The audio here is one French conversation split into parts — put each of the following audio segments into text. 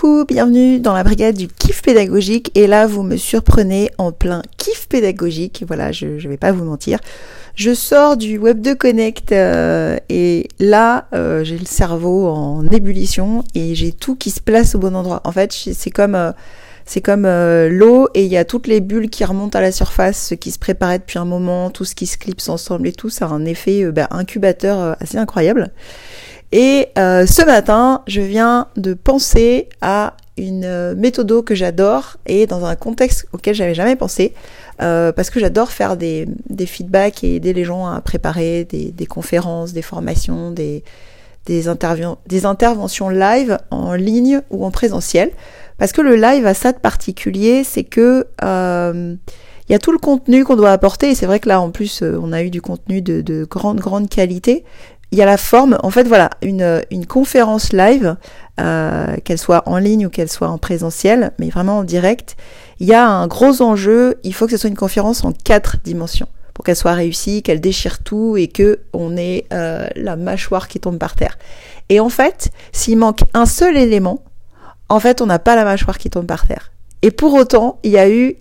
Coucou, bienvenue dans la brigade du kiff pédagogique. Et là, vous me surprenez en plein kiff pédagogique. Voilà, je vais pas vous mentir. Je sors du Web 2 Connect et là, j'ai le cerveau en ébullition et j'ai tout qui se place au bon endroit. En fait, c'est comme l'eau et il y a toutes les bulles qui remontent à la surface, ce qui se préparait depuis un moment, tout ce qui se clipse ensemble et tout. Ça a un effet incubateur assez incroyable. Et ce matin, je viens de penser à une méthode que j'adore et dans un contexte auquel j'avais jamais pensé parce que j'adore faire des feedbacks et aider les gens à préparer des conférences, des formations, des interventions live en ligne ou en présentiel. Parce que le live a ça de particulier, c'est que il y a tout le contenu qu'on doit apporter et c'est vrai que là en plus on a eu du contenu de grande qualité. Il y a la forme, en fait voilà, une conférence live, qu'elle soit en ligne ou qu'elle soit en présentiel, mais vraiment en direct, il y a un gros enjeu, il faut que ce soit une conférence en 4 dimensions, pour qu'elle soit réussie, qu'elle déchire tout et que on ait la mâchoire qui tombe par terre. Et en fait, s'il manque un seul élément, en fait on n'a pas la mâchoire qui tombe par terre. Et pour autant, il y a eu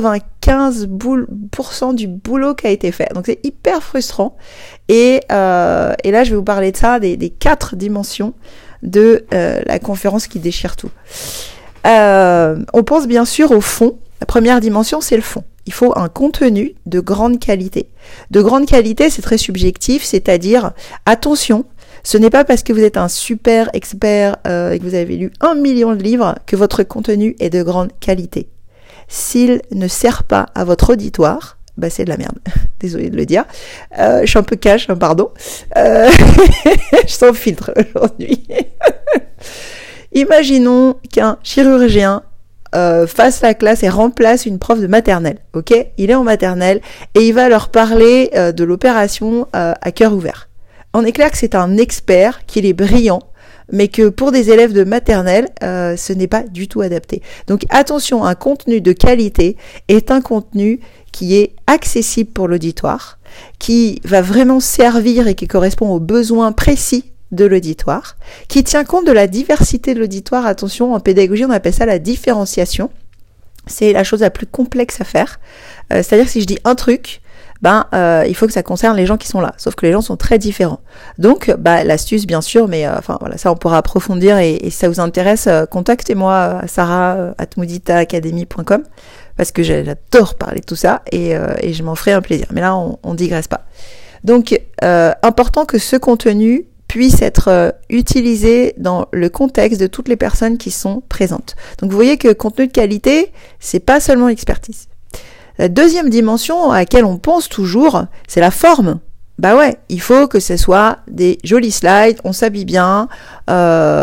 95% du boulot qui a été fait. Donc c'est hyper frustrant. Et là, je vais vous parler de ça, des 4 dimensions de la conférence qui déchire tout. On pense bien sûr au fond. La première dimension, c'est le fond. Il faut un contenu de grande qualité. De grande qualité, c'est très subjectif, c'est-à-dire, attention, ce n'est pas parce que vous êtes un super expert et que vous avez lu 1 million de livres que votre contenu est de grande qualité. S'il ne sert pas à votre auditoire, c'est de la merde. Désolée de le dire. Je suis un peu cash, pardon. Je suis sans filtre aujourd'hui. Imaginons qu'un chirurgien fasse la classe et remplace une prof de maternelle. Ok ? Il est en maternelle et il va leur parler de l'opération à cœur ouvert. On est clair que c'est un expert, qu'il est brillant, mais que pour des élèves de maternelle, ce n'est pas du tout adapté. Donc attention, un contenu de qualité est un contenu qui est accessible pour l'auditoire, qui va vraiment servir et qui correspond aux besoins précis de l'auditoire, qui tient compte de la diversité de l'auditoire. Attention, en pédagogie, on appelle ça la différenciation. C'est la chose la plus complexe à faire. C'est-à-dire que si je dis un truc, il faut que ça concerne les gens qui sont là. Sauf que les gens sont très différents. Donc, l'astuce, bien sûr, mais ça, on pourra approfondir et si ça vous intéresse, contactez-moi à sarah@mouditaacademy.com parce que j'adore parler de tout ça et je m'en ferai un plaisir. Mais là, on digresse pas. Donc, important que ce contenu puisse être utilisé dans le contexte de toutes les personnes qui sont présentes. Donc, vous voyez que contenu de qualité, c'est pas seulement l'expertise. La deuxième dimension à laquelle on pense toujours, c'est la forme. Il faut que ce soit des jolis slides, on s'habille bien, on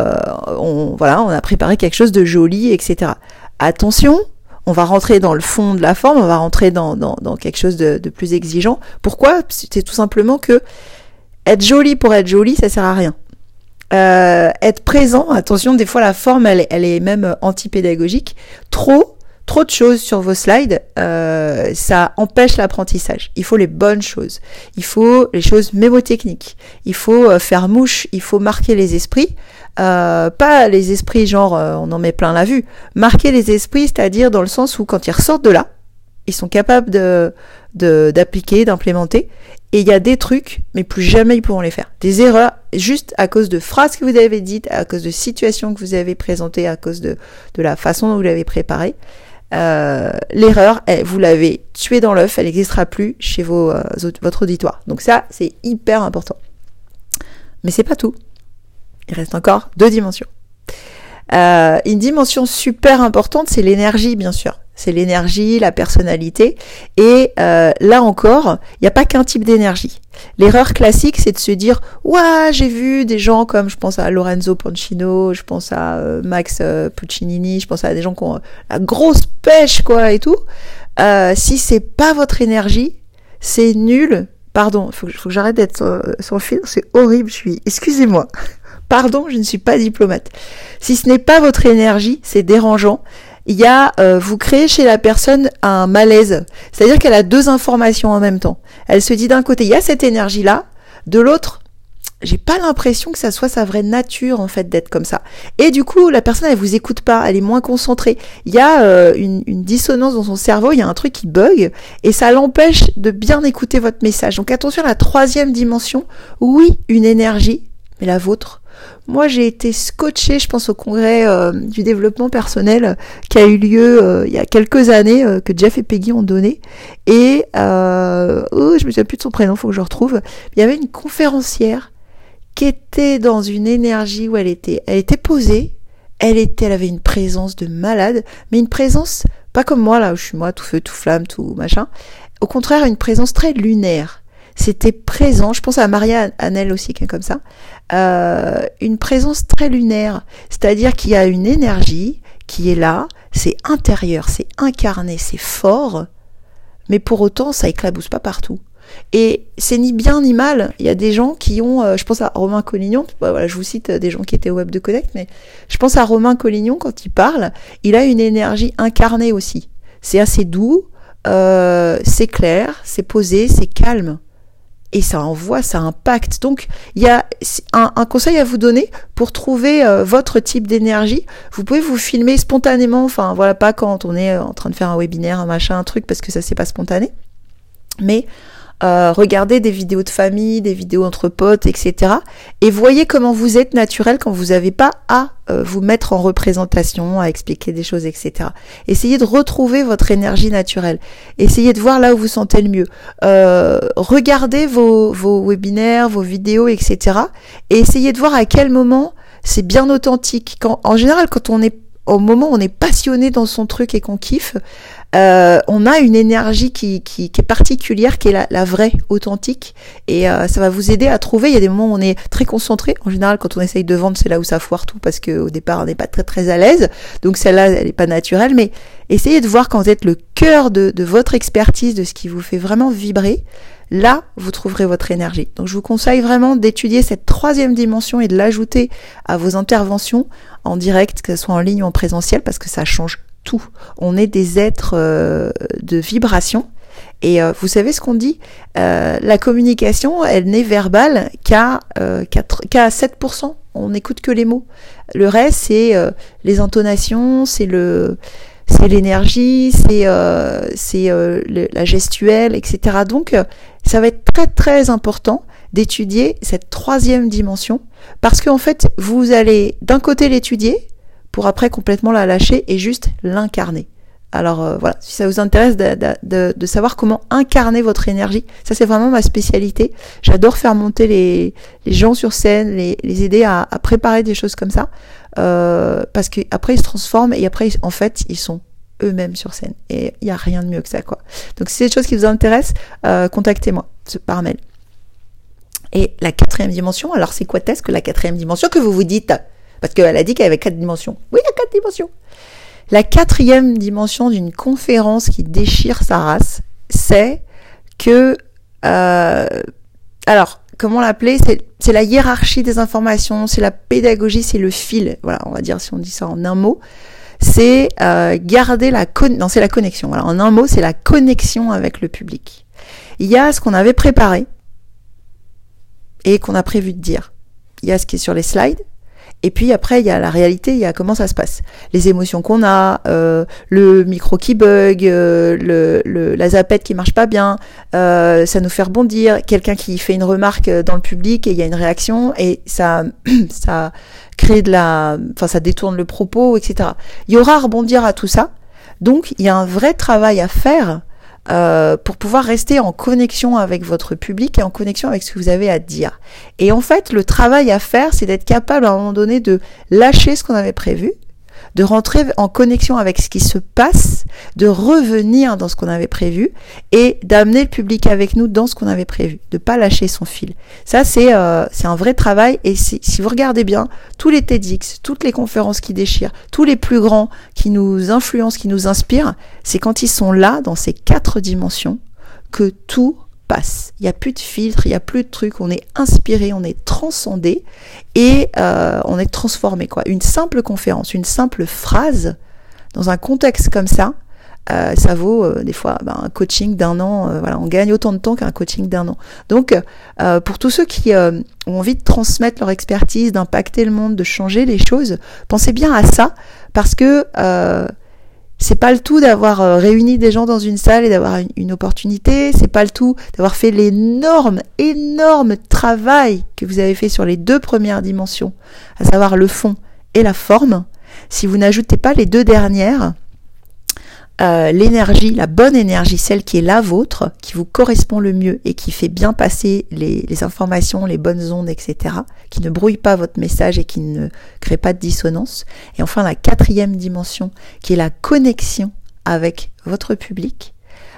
a préparé quelque chose de joli, etc. Attention, on va rentrer dans le fond de la forme, on va rentrer dans quelque chose de plus exigeant. Pourquoi ? C'est tout simplement que être joli pour être joli, ça sert à rien. Être présent, attention, des fois la forme, elle est même anti-pédagogique. Trop de choses sur vos slides, ça empêche l'apprentissage. Il faut les bonnes choses. Il faut les choses mémotechniques. Il faut faire mouche. Il faut marquer les esprits. Pas les esprits genre on en met plein la vue. Marquer les esprits, c'est-à-dire dans le sens où quand ils ressortent de là, ils sont capables d'appliquer, d'implémenter. Et il y a des trucs, mais plus jamais ils pourront les faire. Des erreurs, juste à cause de phrases que vous avez dites, à cause de situations que vous avez présentées, à cause de la façon dont vous l'avez préparée. L'erreur, vous l'avez tuée dans l'œuf, elle n'existera plus chez votre auditoire. Donc ça, c'est hyper important. Mais c'est pas tout. Il reste encore 2 dimensions. Une dimension super importante, c'est l'énergie, bien sûr. C'est l'énergie, la personnalité. Et là encore, il n'y a pas qu'un type d'énergie. L'erreur classique, c'est de se dire « Ouah, j'ai vu des gens comme, je pense à Lorenzo Pancino, je pense à Max Puccinini, je pense à des gens qui ont la grosse pêche, quoi, et tout. Si c'est pas votre énergie, c'est nul. Pardon, faut que j'arrête d'être sans filtre, c'est horrible, excusez-moi. Pardon, je ne suis pas diplomate. Si ce n'est pas votre énergie, c'est dérangeant. Il y a, vous créez chez la personne un malaise. C'est-à-dire qu'elle a 2 informations en même temps. Elle se dit d'un côté, il y a cette énergie-là, de l'autre, j'ai pas l'impression que ça soit sa vraie nature, en fait, d'être comme ça. Et du coup, la personne, elle vous écoute pas, elle est moins concentrée. Il y a une dissonance dans son cerveau, il y a un truc qui bug, et ça l'empêche de bien écouter votre message. Donc attention à la troisième dimension. Oui, une énergie, mais la vôtre. Moi, j'ai été scotchée, je pense, au congrès du développement personnel qui a eu lieu il y a quelques années, que Jeff et Peggy ont donné. Et je me souviens plus de son prénom, faut que je le retrouve. Il y avait une conférencière qui était dans une énergie où elle était posée, elle avait une présence de malade, mais une présence pas comme moi là où je suis moi tout feu, tout flamme, tout machin. Au contraire, une présence très lunaire. C'était présent, je pense à Maria Hanel aussi, qui est comme ça, une présence très lunaire, c'est-à-dire qu'il y a une énergie qui est là, c'est intérieur, c'est incarné, c'est fort, mais pour autant ça éclabousse pas partout. Et c'est ni bien ni mal. Il y a des gens qui ont, je pense à Romain Collignon, voilà, je vous cite des gens qui étaient au Web de Connect, mais je pense à Romain Collignon quand il parle, il a une énergie incarnée aussi. C'est assez doux, c'est clair, c'est posé, c'est calme. Et ça envoie, ça impacte. Donc, il y a un conseil à vous donner pour trouver votre type d'énergie. Vous pouvez vous filmer spontanément, enfin voilà, pas quand on est en train de faire un webinaire, un machin, un truc, parce que ça c'est pas spontané. Mais regardez des vidéos de famille, des vidéos entre potes, etc. Et voyez comment vous êtes naturel quand vous n'avez pas à vous mettre en représentation, à expliquer des choses, etc. Essayez de retrouver votre énergie naturelle. Essayez de voir là où vous sentez le mieux. Regardez vos webinaires, vos vidéos, etc. Et essayez de voir à quel moment c'est bien authentique. En général, quand on est au moment où on est passionné dans son truc et qu'on kiffe, on a une énergie qui est particulière, qui est la vraie, authentique, et ça va vous aider à trouver. Il y a des moments où on est très concentré. En général, quand on essaye de vendre, c'est là où ça foire tout, parce qu'au départ, on n'est pas très très à l'aise. Donc celle-là, elle n'est pas naturelle, mais essayez de voir quand vous êtes le cœur de votre expertise, de ce qui vous fait vraiment vibrer. Là, vous trouverez votre énergie. Donc, je vous conseille vraiment d'étudier cette troisième dimension et de l'ajouter à vos interventions en direct, que ce soit en ligne ou en présentiel, parce que ça change tout. On est des êtres de vibration. Et vous savez ce qu'on dit, la communication, elle n'est verbale qu'à 7%. On n'écoute que les mots. Le reste, c'est les intonations, c'est l'énergie, c'est la gestuelle, etc. Donc, ça va être très très important d'étudier cette troisième dimension, parce qu'en fait, vous allez d'un côté l'étudier, pour après complètement la lâcher et juste l'incarner. Alors voilà, si ça vous intéresse de savoir comment incarner votre énergie, ça c'est vraiment ma spécialité. J'adore faire monter les gens sur scène, les aider à préparer des choses comme ça, parce qu'après ils se transforment et après en fait ils sont eux-mêmes sur scène. Et il n'y a rien de mieux que ça, quoi. Donc si c'est des choses qui vous intéressent, contactez-moi par mail. Et la quatrième dimension, alors c'est quoi est-ce que la quatrième dimension que vous vous dites? Parce qu'elle a dit qu'il y avait 4 dimensions. Oui, il y a 4 dimensions. La quatrième dimension d'une conférence qui déchire sa race, c'est que... alors, comment l'appeler? C'est la hiérarchie des informations, c'est la pédagogie, c'est le fil. Voilà, on va dire, si on dit ça en un mot. C'est garder c'est la connexion. Voilà, en un mot, c'est la connexion avec le public. Il y a ce qu'on avait préparé et qu'on a prévu de dire. Il y a ce qui est sur les slides. Et puis après, il y a la réalité, il y a comment ça se passe. Les émotions qu'on a, le micro qui bug, la zapette qui marche pas bien, ça nous fait rebondir, quelqu'un qui fait une remarque dans le public et il y a une réaction et ça crée ça détourne le propos, etc. Il y aura à rebondir à tout ça. Donc, il y a un vrai travail à faire pour pouvoir rester en connexion avec votre public et en connexion avec ce que vous avez à dire. Et en fait, le travail à faire, c'est d'être capable à un moment donné de lâcher ce qu'on avait prévu, de rentrer en connexion avec ce qui se passe, de revenir dans ce qu'on avait prévu et d'amener le public avec nous dans ce qu'on avait prévu, de pas lâcher son fil. Ça, c'est un vrai travail et si vous regardez bien, tous les TEDx, toutes les conférences qui déchirent, tous les plus grands qui nous influencent, qui nous inspirent, c'est quand ils sont là, dans ces 4 dimensions, que tout passe. Il n'y a plus de filtre, il n'y a plus de trucs, on est inspiré, on est transcendé et on est transformé, quoi. Une simple conférence, une simple phrase, dans un contexte comme ça, ça vaut des fois un coaching d'1 an. Voilà, on gagne autant de temps qu'un coaching d'1 an. Donc, pour tous ceux qui ont envie de transmettre leur expertise, d'impacter le monde, de changer les choses, pensez bien à ça, parce que c'est pas le tout d'avoir réuni des gens dans une salle et d'avoir une opportunité. C'est pas le tout d'avoir fait l'énorme travail que vous avez fait sur les 2 premières dimensions, à savoir le fond et la forme. Si vous n'ajoutez pas les 2 dernières, l'énergie, la bonne énergie, celle qui est la vôtre, qui vous correspond le mieux et qui fait bien passer les informations, les bonnes ondes, etc., qui ne brouille pas votre message et qui ne crée pas de dissonance. Et enfin, la 4e dimension, qui est la connexion avec votre public.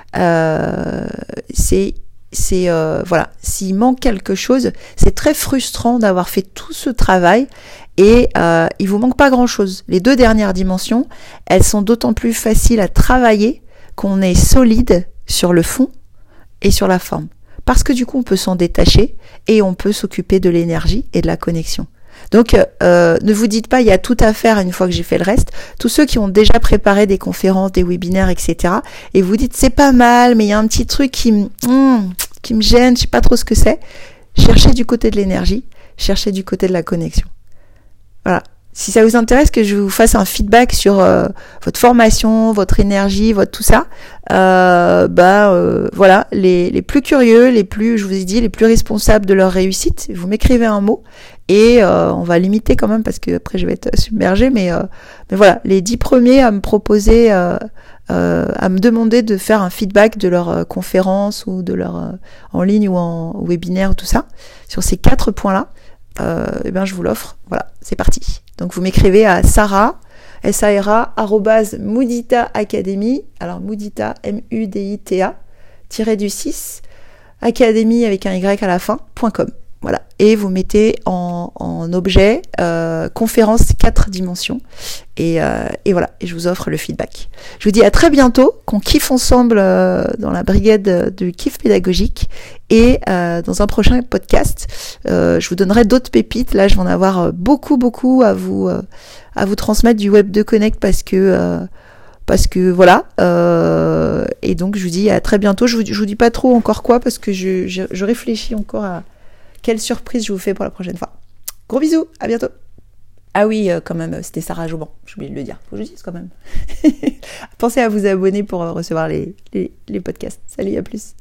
Voilà, s'il manque quelque chose, c'est très frustrant d'avoir fait tout ce travail et il vous manque pas grand-chose. Les 2 dernières dimensions, elles sont d'autant plus faciles à travailler qu'on est solide sur le fond et sur la forme. Parce que du coup, on peut s'en détacher et on peut s'occuper de l'énergie et de la connexion. Donc, ne vous dites pas, il y a tout à faire une fois que j'ai fait le reste. Tous ceux qui ont déjà préparé des conférences, des webinaires, etc. et vous dites, c'est pas mal, mais il y a un petit truc qui me gêne, je sais pas trop ce que c'est. Cherchez du côté de l'énergie, cherchez du côté de la connexion. Voilà. Si ça vous intéresse que je vous fasse un feedback sur votre formation, votre énergie, votre tout ça, voilà, les plus curieux, les plus, je vous ai dit, les plus responsables de leur réussite, vous m'écrivez un mot et on va limiter quand même parce que après je vais être submergée, mais voilà, les 10 premiers à me proposer, à me demander de faire un feedback de leur conférence ou de leur en ligne ou en webinaire ou tout ça, sur ces 4 points-là. Je vous l'offre. Voilà, c'est parti. Donc vous m'écrivez à Sarah, SARA, @Mudita Academy. Alors Mudita, MUDITA, -6, Academy avec un Y à la fin, .com. Voilà. Et vous mettez en objet conférence 4 dimensions. Et voilà. Et je vous offre le feedback. Je vous dis à très bientôt, qu'on kiffe ensemble dans la brigade du kiff pédagogique. Et dans un prochain podcast, je vous donnerai d'autres pépites. Là, je vais en avoir beaucoup à vous transmettre du Web 2 Connect parce que voilà. Et donc, je vous dis à très bientôt. Je vous dis pas trop encore quoi parce que je réfléchis encore à quelle surprise je vous fais pour la prochaine fois. Gros bisous, à bientôt. Ah oui, quand même, c'était Sarah Jouban, j'ai oublié de le dire. Faut que je dise quand même. Pensez à vous abonner pour recevoir les podcasts. Salut, à plus.